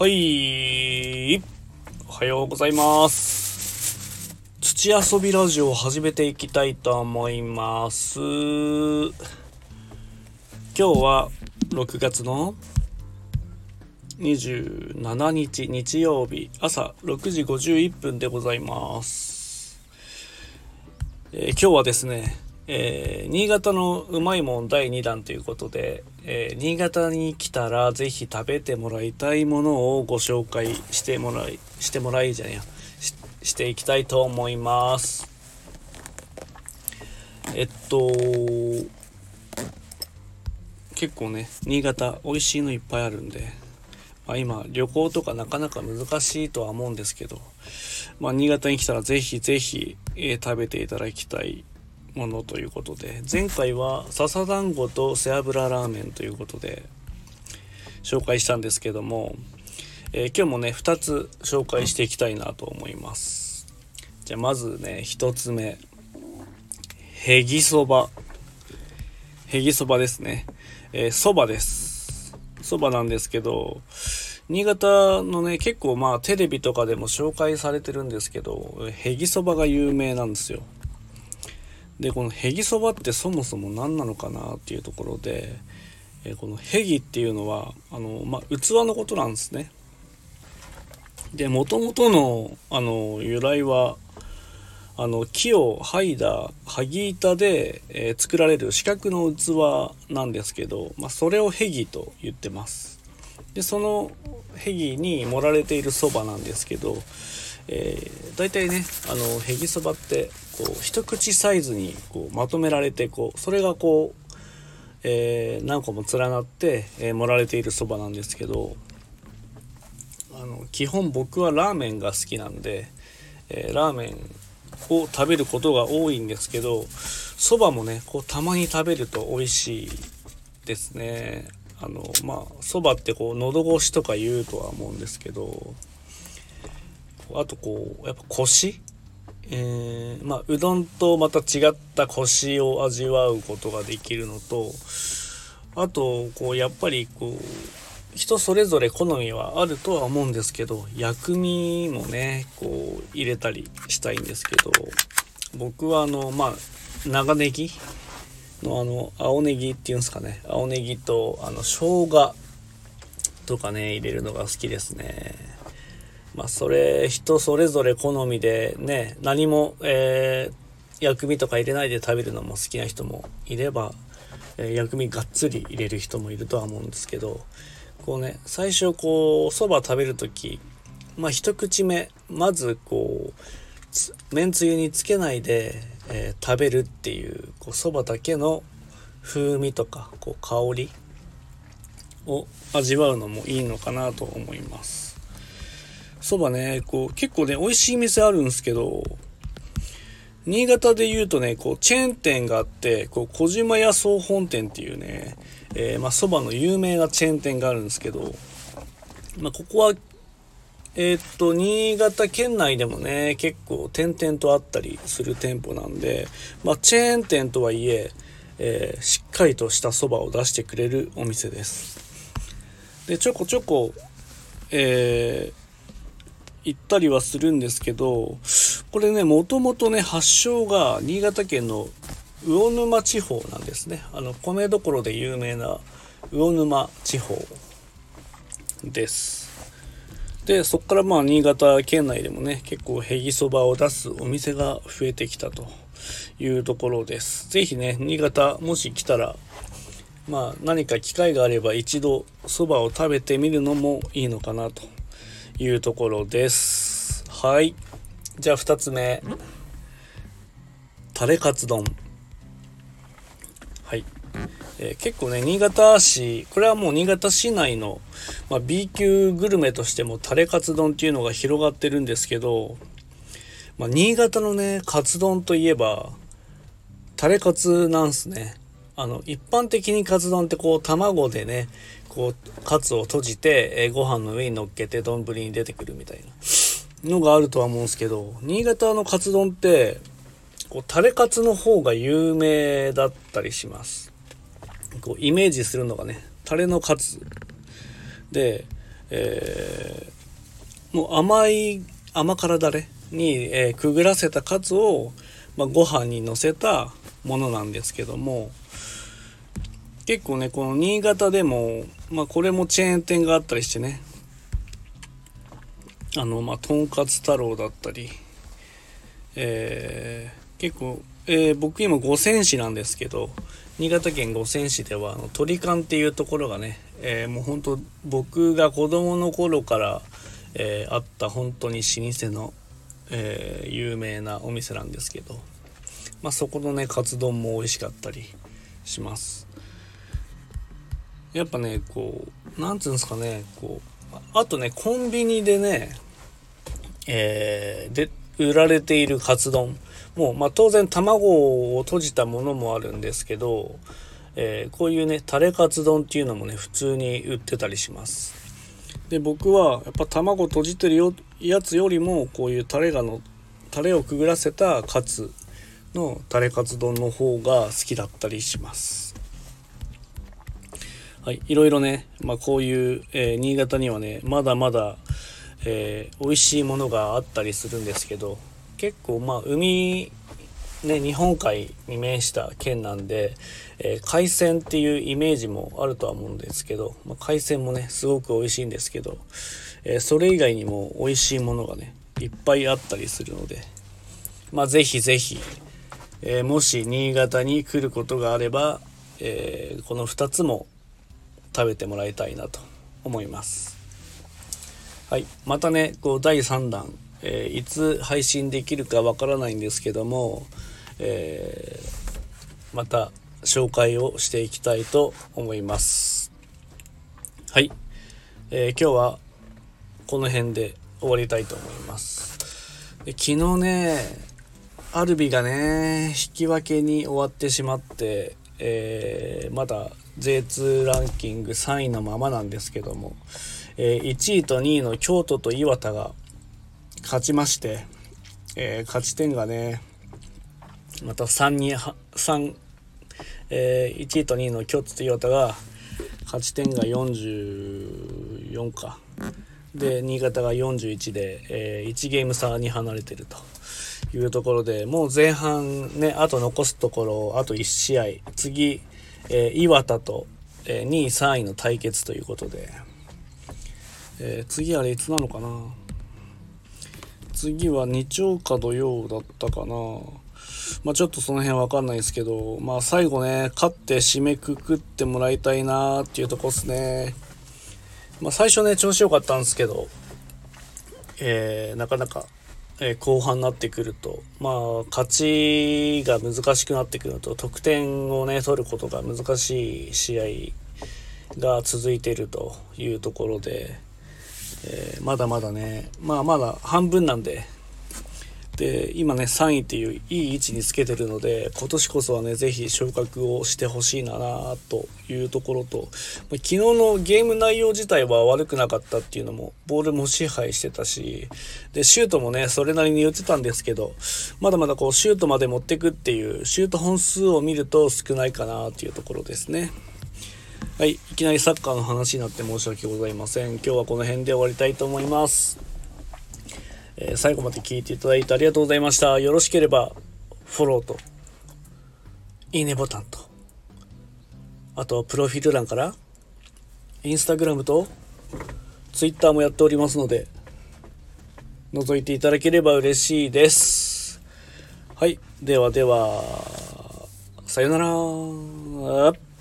はい、おはようございます。土遊びラジオを始めていきたいと思います。今日は6月の27日日曜日朝6時51分でございます。今日はですね、新潟のうまいもん第2弾ということで、新潟に来たらぜひ食べてもらいたいものをご紹介していきたいと思います。結構ね、新潟美味しいのいっぱいあるんで、今旅行とかなかなか難しいとは思うんですけど、新潟に来たらぜひぜひ、食べていただきたいものということで、前回は笹団子と背脂ラーメンということで紹介したんですけども、今日もね2つ紹介していきたいなと思います。じゃあまずね、1つ目、へぎそばですね。そばです。そばなんですけど、新潟のね結構テレビとかでも紹介されてるんですけど、へぎそばが有名なんですよ。でこのへぎそばってそもそも何なのかなっていうところで、このへぎっていうのは器のことなんですね。で元々の由来は木を剥いだ剥板で、作られる四角の器なんですけど、それをへぎと言ってます。でそのへぎに盛られているそばなんですけど、だいたいねへぎそばって一口サイズにまとめられて、それが何個も連なって、盛られているそばなんですけど、基本僕はラーメンが好きなんで、ラーメンを食べることが多いんですけど、そばもねたまに食べると美味しいですね。そばって喉越しとか言うとは思うんですけど、あとやっぱコシ、うどんとまた違ったコシを味わうことができるのと、あとやっぱり人それぞれ好みはあるとは思うんですけど、薬味もね入れたりしたいんですけど、僕は長ネギの青ネギっていうんですかね、青ネギと生姜とかね入れるのが好きですね。それ人それぞれ好みでね、何も、薬味とか入れないで食べるのも好きな人もいれば、薬味がっつり入れる人もいるとは思うんですけど、最初そば食べるとき、一口目まずめんつゆにつけないで、食べるっていうそばだけの風味とか香りを味わうのもいいのかなと思います。そばね結構ね美味しい店あるんですけど、新潟で言うとねチェーン店があって、小島屋総本店っていうね、そばの有名なチェーン店があるんですけど、ここは新潟県内でもね結構点々とあったりする店舗なんで、チェーン店とはいえしっかりとしたそばを出してくれるお店です。でちょこちょこ、行ったりはするんですけど、これねもともとね発祥が新潟県の魚沼地方なんですね。米どころで有名な魚沼地方です。でそこから新潟県内でもね結構へぎそばを出すお店が増えてきたというところです。ぜひね新潟もし来たら何か機会があれば一度そばを食べてみるのもいいのかなというところです。はい、じゃあ2つ目、タレカツ丼。はい、結構ね新潟市、これはもう新潟市内の、B 級グルメとしてもタレカツ丼っていうのが広がってるんですけど、新潟のねカツ丼といえばタレカツなんすね。一般的にカツ丼って卵でねカツを閉じて、ご飯の上に乗っけて丼に出てくるみたいなのがあるとは思うんですけど、新潟のカツ丼ってタレカツの方が有名だったりします。イメージするのがねタレのカツで、 もう甘辛だれに、くぐらせたカツを、ご飯に乗せたものなんですけども、結構ねこの新潟でも、これもチェーン店があったりしてね、とんかつ太郎だったり、結構、僕今五泉市なんですけど、新潟県五泉市では鳥館っていうところがね、もう本当僕が子供の頃から、あった本当に老舗の、有名なお店なんですけど、そこのねカツ丼も美味しかったりします。やっぱねこうなんていうんですかね、あとねコンビニでね、で売られているカツ丼も当然卵を閉じたものもあるんですけど、こういうねタレカツ丼っていうのもね普通に売ってたりします。で僕はやっぱ卵閉じてるやつよりもこういうタレをくぐらせたカツのタレカツ丼の方が好きだったりします。はい、いろいろね、こういう、新潟にはねまだまだ、美味しいものがあったりするんですけど、結構海ね日本海に面した県なんで、海鮮っていうイメージもあるとは思うんですけど、海鮮もねすごく美味しいんですけど、それ以外にも美味しいものがねいっぱいあったりするので、ぜひぜひ、もし新潟に来ることがあれば、この2つも食べてもらいたいなと思います。はい、またね第3弾、いつ配信できるかわからないんですけども、また紹介をしていきたいと思います。はい、今日はこの辺で終わりたいと思います。昨日ねアルビがね引き分けに終わってしまって、まだ J2 ランキング3位のままなんですけども、1位と2位の京都と磐田が勝ちまして、勝ち点がねまた1位と2位の京都と磐田が勝ち点が44かで、新潟が41で、1ゲーム差に離れてるというところで、もう前半ねあと残すところあと1試合、次、磐田と、2位3位の対決ということで、次あれいつなのかな、次は日曜か土曜だったかな、ちょっとその辺わかんないですけど、最後ね勝って締めくくってもらいたいなっていうとこですね。最初ね調子良かったんですけど、なかなか、後半になってくると勝ちが難しくなってくると、得点をね取ることが難しい試合が続いているというところで、まだまだねまだ半分なんで、今ね3位っていういい位置につけてるので、今年こそはねぜひ昇格をしてほしいなというところと、昨日のゲーム内容自体は悪くなかったっていうのも、ボールも支配してたし、でシュートもねそれなりに打ってたんですけど、まだまだシュートまで持ってくっていうシュート本数を見ると少ないかなっていうところですね。はい、いきなりサッカーの話になって申し訳ございません。今日はこの辺で終わりたいと思います。最後まで聞いていただいてありがとうございました。よろしければフォローといいねボタンと、あとプロフィール欄からインスタグラムとツイッターもやっておりますので、覗いていただければ嬉しいです。はい、ではではさよなら。